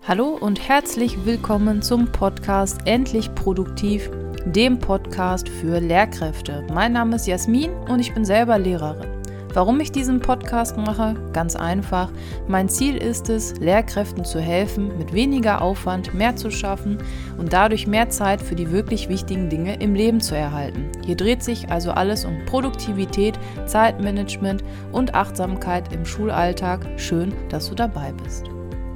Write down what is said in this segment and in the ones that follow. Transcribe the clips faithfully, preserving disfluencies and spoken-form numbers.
Hallo und herzlich willkommen zum Podcast Endlich Produktiv, dem Podcast für Lehrkräfte. Mein Name ist Jasmin und ich bin selber Lehrerin. Warum ich diesen Podcast mache? Ganz einfach. Mein Ziel ist es, Lehrkräften zu helfen, mit weniger Aufwand mehr zu schaffen und dadurch mehr Zeit für die wirklich wichtigen Dinge im Leben zu erhalten. Hier dreht sich also alles um Produktivität, Zeitmanagement und Achtsamkeit im Schulalltag. Schön, dass du dabei bist.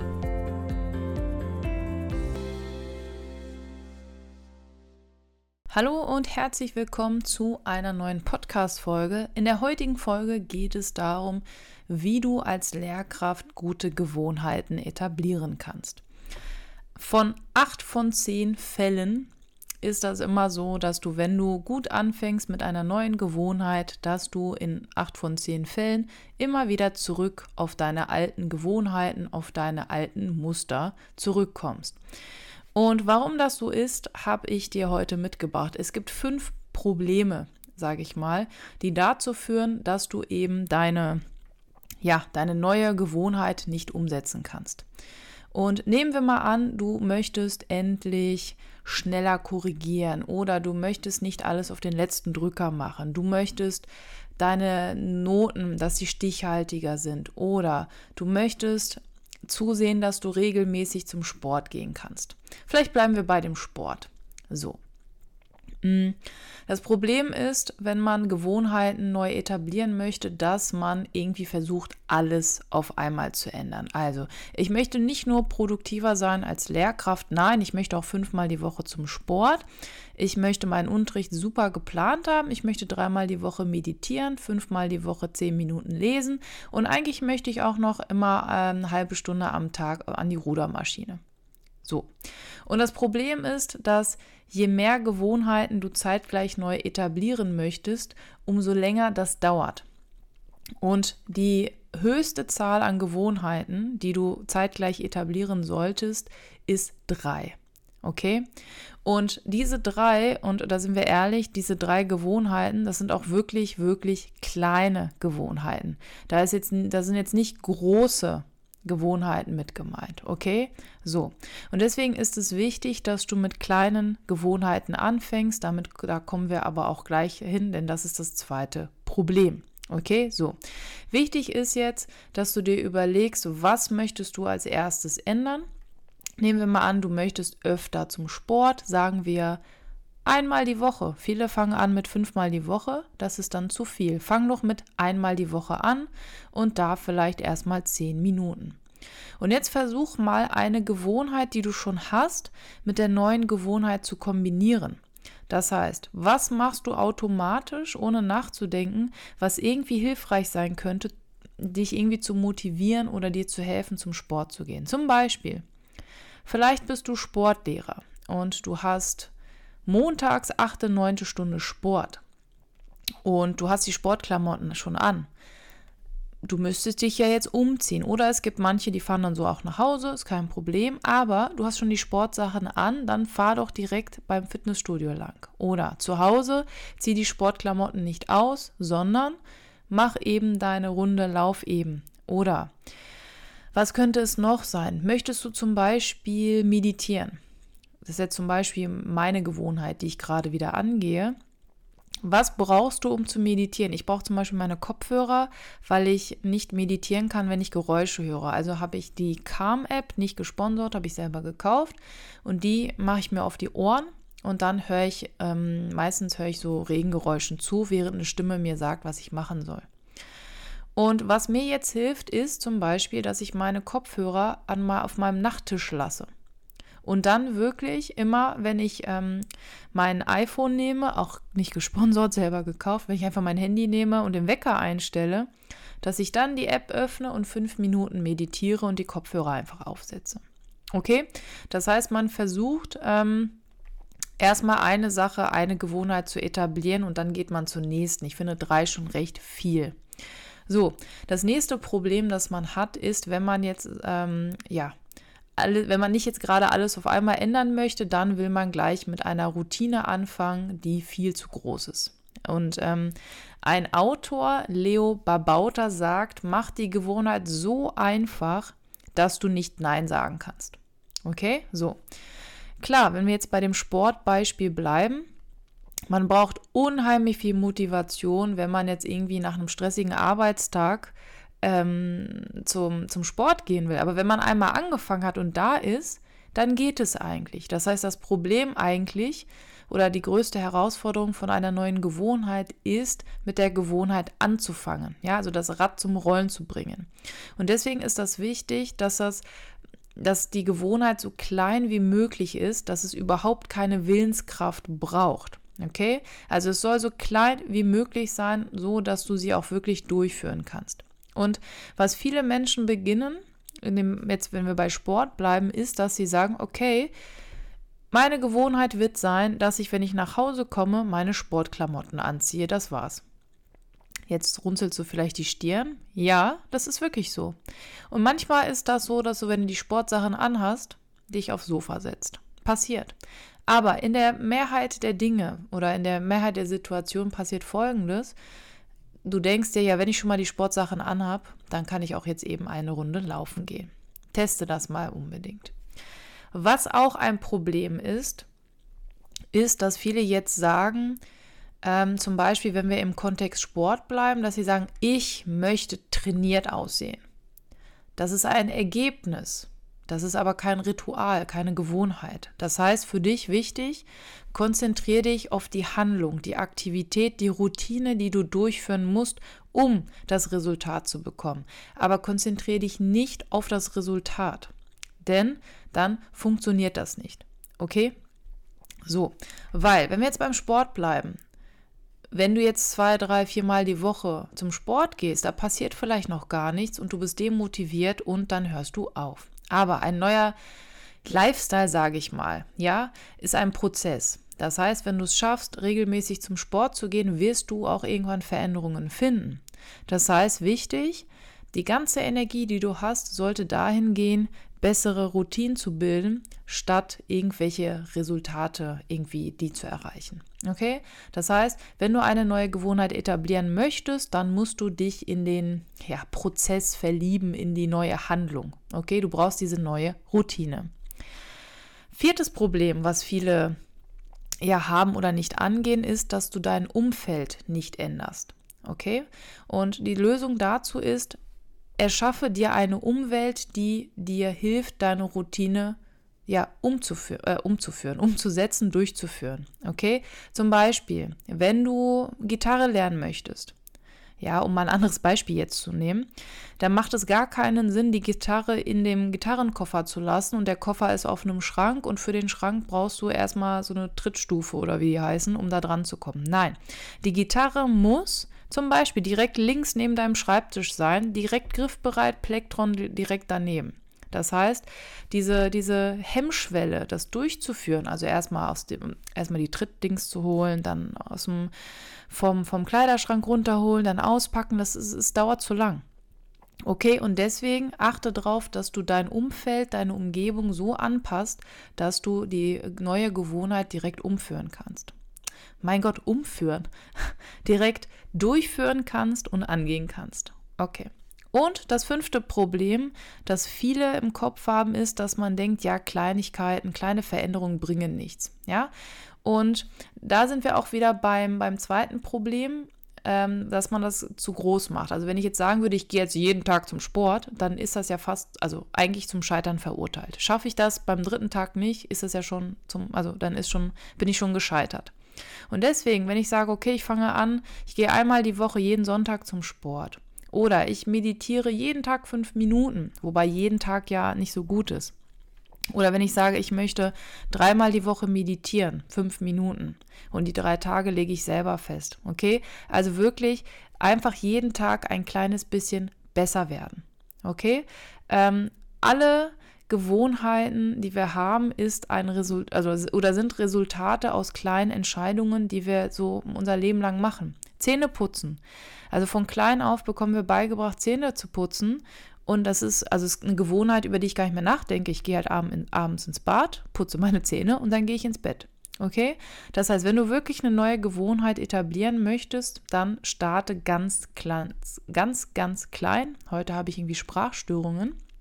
Hallo und herzlich willkommen zu einer neuen Podcast-Folge. In der heutigen Folge geht es darum, wie du als Lehrkraft gute Gewohnheiten etablieren kannst. Von acht von zehn Fällen ist das immer so, dass du, wenn du gut anfängst mit einer neuen Gewohnheit, dass du in acht von zehn Fällen immer wieder zurück auf deine alten Gewohnheiten, auf deine alten Muster zurückkommst. Und warum das so ist, habe ich dir heute mitgebracht. Es gibt fünf Probleme, sage ich mal, die dazu führen, dass du eben deine, ja, deine neue Gewohnheit nicht umsetzen kannst. Und nehmen wir mal an, du möchtest endlich schneller korrigieren oder du möchtest nicht alles auf den letzten Drücker machen. Du möchtest deine Noten, dass sie stichhaltiger sind oder du möchtest zusehen, dass du regelmäßig zum Sport gehen kannst. Vielleicht bleiben wir bei dem Sport. So. Das Problem ist, wenn man Gewohnheiten neu etablieren möchte, dass man irgendwie versucht, alles auf einmal zu ändern. Also, ich möchte nicht nur produktiver sein als Lehrkraft, nein, ich möchte auch fünfmal die Woche zum Sport. Ich möchte meinen Unterricht super geplant haben. Ich möchte dreimal die Woche meditieren, fünfmal die Woche zehn Minuten lesen und eigentlich möchte ich auch noch immer eine halbe Stunde am Tag an die Rudermaschine. So. Und das Problem ist, dass je mehr Gewohnheiten du zeitgleich neu etablieren möchtest, umso länger das dauert. Und die höchste Zahl an Gewohnheiten, die du zeitgleich etablieren solltest, ist drei. Okay? Und diese drei, und da sind wir ehrlich, diese drei Gewohnheiten, das sind auch wirklich, wirklich kleine Gewohnheiten. Da ist jetzt, da sind jetzt nicht große Gewohnheiten mit gemeint, okay? So, und deswegen ist es wichtig, dass du mit kleinen Gewohnheiten anfängst, damit, da kommen wir aber auch gleich hin, denn das ist das zweite Problem, okay? So, wichtig ist jetzt, dass du dir überlegst, was möchtest du als erstes ändern? Nehmen wir mal an, du möchtest öfter zum Sport, sagen wir einmal die Woche. Viele fangen an mit fünfmal die Woche, das ist dann zu viel. Fang doch mit einmal die Woche an und da vielleicht erstmal zehn Minuten. Und jetzt versuch mal eine Gewohnheit, die du schon hast, mit der neuen Gewohnheit zu kombinieren. Das heißt, was machst du automatisch, ohne nachzudenken, was irgendwie hilfreich sein könnte, dich irgendwie zu motivieren oder dir zu helfen, zum Sport zu gehen. Zum Beispiel, vielleicht bist du Sportlehrer und du hast montags achte, neunte Stunde Sport und du hast die Sportklamotten schon an. Du müsstest dich ja jetzt umziehen oder es gibt manche, die fahren dann so auch nach Hause, ist kein Problem, aber du hast schon die Sportsachen an, dann fahr doch direkt beim Fitnessstudio lang. Oder zu Hause, zieh die Sportklamotten nicht aus, sondern mach eben deine Runde, lauf eben. Oder was könnte es noch sein? Möchtest du zum Beispiel meditieren? Das ist jetzt zum Beispiel meine Gewohnheit, die ich gerade wieder angehe. Was brauchst du, um zu meditieren? Ich brauche zum Beispiel meine Kopfhörer, weil ich nicht meditieren kann, wenn ich Geräusche höre. Also habe ich die Calm-App, nicht gesponsert, habe ich selber gekauft und die mache ich mir auf die Ohren und dann höre ich, ähm, meistens höre ich so Regengeräuschen zu, während eine Stimme mir sagt, was ich machen soll. Und was mir jetzt hilft, ist zum Beispiel, dass ich meine Kopfhörer an mal auf meinem Nachttisch lasse. Und dann wirklich immer, wenn ich ähm, mein iPhone nehme, auch nicht gesponsert, selber gekauft, wenn ich einfach mein Handy nehme und den Wecker einstelle, dass ich dann die App öffne und fünf Minuten meditiere und die Kopfhörer einfach aufsetze. Okay? Das heißt, man versucht ähm, erstmal eine Sache, eine Gewohnheit zu etablieren und dann geht man zur nächsten. Ich finde drei schon recht viel. So, das nächste Problem, das man hat, ist, wenn man jetzt, ähm, ja, alle, wenn man nicht jetzt gerade alles auf einmal ändern möchte, dann will man gleich mit einer Routine anfangen, die viel zu groß ist. Und ähm, ein Autor, Leo Babauta, sagt, mach die Gewohnheit so einfach, dass du nicht Nein sagen kannst. Okay, so. Klar, wenn wir jetzt bei dem Sportbeispiel bleiben, man braucht unheimlich viel Motivation, wenn man jetzt irgendwie nach einem stressigen Arbeitstag ähm, zum, zum Sport gehen will. Aber wenn man einmal angefangen hat und da ist, dann geht es eigentlich. Das heißt, das Problem eigentlich oder die größte Herausforderung von einer neuen Gewohnheit ist, mit der Gewohnheit anzufangen. Ja, also das Rad zum Rollen zu bringen. Und deswegen ist das wichtig, dass das dass die Gewohnheit so klein wie möglich ist, dass es überhaupt keine Willenskraft braucht. Okay? Also es soll so klein wie möglich sein, so dass du sie auch wirklich durchführen kannst. Und was viele Menschen beginnen, in dem, jetzt wenn wir bei Sport bleiben, ist, dass sie sagen, okay, meine Gewohnheit wird sein, dass ich, wenn ich nach Hause komme, meine Sportklamotten anziehe. Das war's. Jetzt runzelst du vielleicht die Stirn. Ja, das ist wirklich so. Und manchmal ist das so, dass du, wenn du die Sportsachen anhast, dich aufs Sofa setzt. Passiert. Aber in der Mehrheit der Dinge oder in der Mehrheit der Situationen passiert Folgendes. Du denkst dir, ja, wenn ich schon mal die Sportsachen anhab, dann kann ich auch jetzt eben eine Runde laufen gehen. Teste das mal unbedingt. Was auch ein Problem ist, ist, dass viele jetzt sagen, Ähm, zum Beispiel, wenn wir im Kontext Sport bleiben, dass sie sagen, ich möchte trainiert aussehen. Das ist ein Ergebnis. Das ist aber kein Ritual, keine Gewohnheit. Das heißt, für dich wichtig, konzentriere dich auf die Handlung, die Aktivität, die Routine, die du durchführen musst, um das Resultat zu bekommen. Aber konzentriere dich nicht auf das Resultat, denn dann funktioniert das nicht. Okay? So, weil, wenn wir jetzt beim Sport bleiben, wenn du jetzt zwei, drei, viermal die Woche zum Sport gehst, da passiert vielleicht noch gar nichts und du bist demotiviert und dann hörst du auf. Aber ein neuer Lifestyle, sage ich mal, ja, ist ein Prozess. Das heißt, wenn du es schaffst, regelmäßig zum Sport zu gehen, wirst du auch irgendwann Veränderungen finden. Das heißt, wichtig, die ganze Energie, die du hast, sollte dahin gehen, bessere Routinen zu bilden, statt irgendwelche Resultate irgendwie die zu erreichen. Okay? Das heißt, wenn du eine neue Gewohnheit etablieren möchtest, dann musst du dich in den ja, Prozess verlieben, in die neue Handlung. Okay? Du brauchst diese neue Routine. Viertes Problem, was viele ja haben oder nicht angehen, ist, dass du dein Umfeld nicht änderst. Okay? Und die Lösung dazu ist, erschaffe dir eine Umwelt, die dir hilft, deine Routine ja, umzuführen, äh, umzuführen, umzusetzen, durchzuführen. Okay? Zum Beispiel, wenn du Gitarre lernen möchtest, ja, um mal ein anderes Beispiel jetzt zu nehmen, dann macht es gar keinen Sinn, die Gitarre in dem Gitarrenkoffer zu lassen und der Koffer ist auf einem Schrank und für den Schrank brauchst du erstmal so eine Trittstufe oder wie die heißen, um da dran zu kommen. Nein, die Gitarre muss zum Beispiel direkt links neben deinem Schreibtisch sein, direkt griffbereit, Plektron direkt daneben. Das heißt, diese, diese Hemmschwelle, das durchzuführen, also erstmal aus dem, erstmal die Trittdings zu holen, dann aus dem, vom, vom Kleiderschrank runterholen, dann auspacken, das ist, es dauert zu lang. Okay, und deswegen achte darauf, dass du dein Umfeld, deine Umgebung so anpasst, dass du die neue Gewohnheit direkt umführen kannst. Mein Gott, umführen. Direkt durchführen kannst und angehen kannst. Okay. Und das fünfte Problem, das viele im Kopf haben, ist, dass man denkt, ja, Kleinigkeiten, kleine Veränderungen bringen nichts. Ja? Und da sind wir auch wieder beim, beim zweiten Problem, ähm, dass man das zu groß macht. Also wenn ich jetzt sagen würde, ich gehe jetzt jeden Tag zum Sport, dann ist das ja fast, also eigentlich zum Scheitern verurteilt. Schaffe ich das beim dritten Tag nicht, ist es ja schon zum, also dann ist schon, bin ich schon gescheitert. Und deswegen, wenn ich sage, okay, ich fange an, ich gehe einmal die Woche jeden Sonntag zum Sport oder ich meditiere jeden Tag fünf Minuten, wobei jeden Tag ja nicht so gut ist. Oder wenn ich sage, ich möchte dreimal die Woche meditieren, fünf Minuten und die drei Tage lege ich selber fest, okay? Also wirklich einfach jeden Tag ein kleines bisschen besser werden, okay? Ähm, alle Gewohnheiten, die wir haben, ist ein Result- also, oder sind Resultate aus kleinen Entscheidungen, die wir so unser Leben lang machen. Zähne putzen. Also von klein auf bekommen wir beigebracht, Zähne zu putzen. Und das ist, also ist eine Gewohnheit, über die ich gar nicht mehr nachdenke. Ich gehe halt abends ins Bad, putze meine Zähne und dann gehe ich ins Bett. Okay? Das heißt, wenn du wirklich eine neue Gewohnheit etablieren möchtest, dann starte ganz klein, ganz, ganz klein. Heute habe ich irgendwie Sprachstörungen.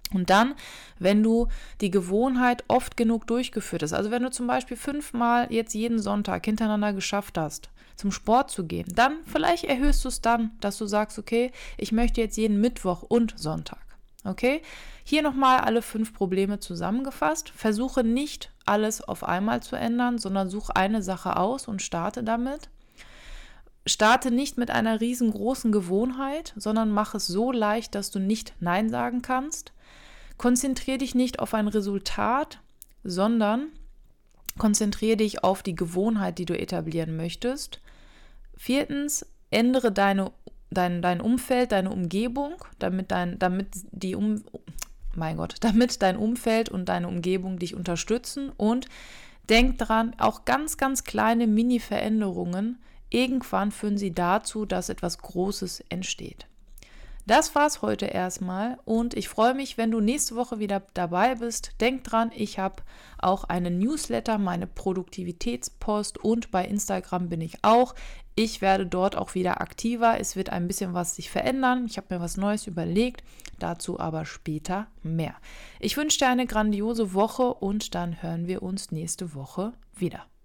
Und dann, wenn du die Gewohnheit oft genug durchgeführt hast, also wenn du zum Beispiel fünfmal jetzt jeden Sonntag hintereinander geschafft hast, zum Sport zu gehen, dann vielleicht erhöhst du es dann, dass du sagst, okay, ich möchte jetzt jeden Mittwoch und Sonntag. Okay? Hier nochmal alle fünf Probleme zusammengefasst. Versuche nicht alles auf einmal zu ändern, sondern such eine Sache aus und starte damit. Starte nicht mit einer riesengroßen Gewohnheit, sondern mach es so leicht, dass du nicht Nein sagen kannst. Konzentriere dich nicht auf ein Resultat, sondern konzentriere dich auf die Gewohnheit, die du etablieren möchtest. Viertens, ändere deine, dein, dein Umfeld, deine Umgebung, damit dein, damit die um, mein Gott, damit dein Umfeld und deine Umgebung dich unterstützen. Und denk dran, auch ganz, ganz kleine Mini-Veränderungen, irgendwann führen sie dazu, dass etwas Großes entsteht. Das war's heute erstmal und ich freue mich, wenn du nächste Woche wieder dabei bist. Denk dran, ich habe auch einen Newsletter, meine Produktivitätspost und bei Instagram bin ich auch. Ich werde dort auch wieder aktiver. Es wird ein bisschen was sich verändern. Ich habe mir was Neues überlegt, dazu aber später mehr. Ich wünsche dir eine grandiose Woche und dann hören wir uns nächste Woche wieder.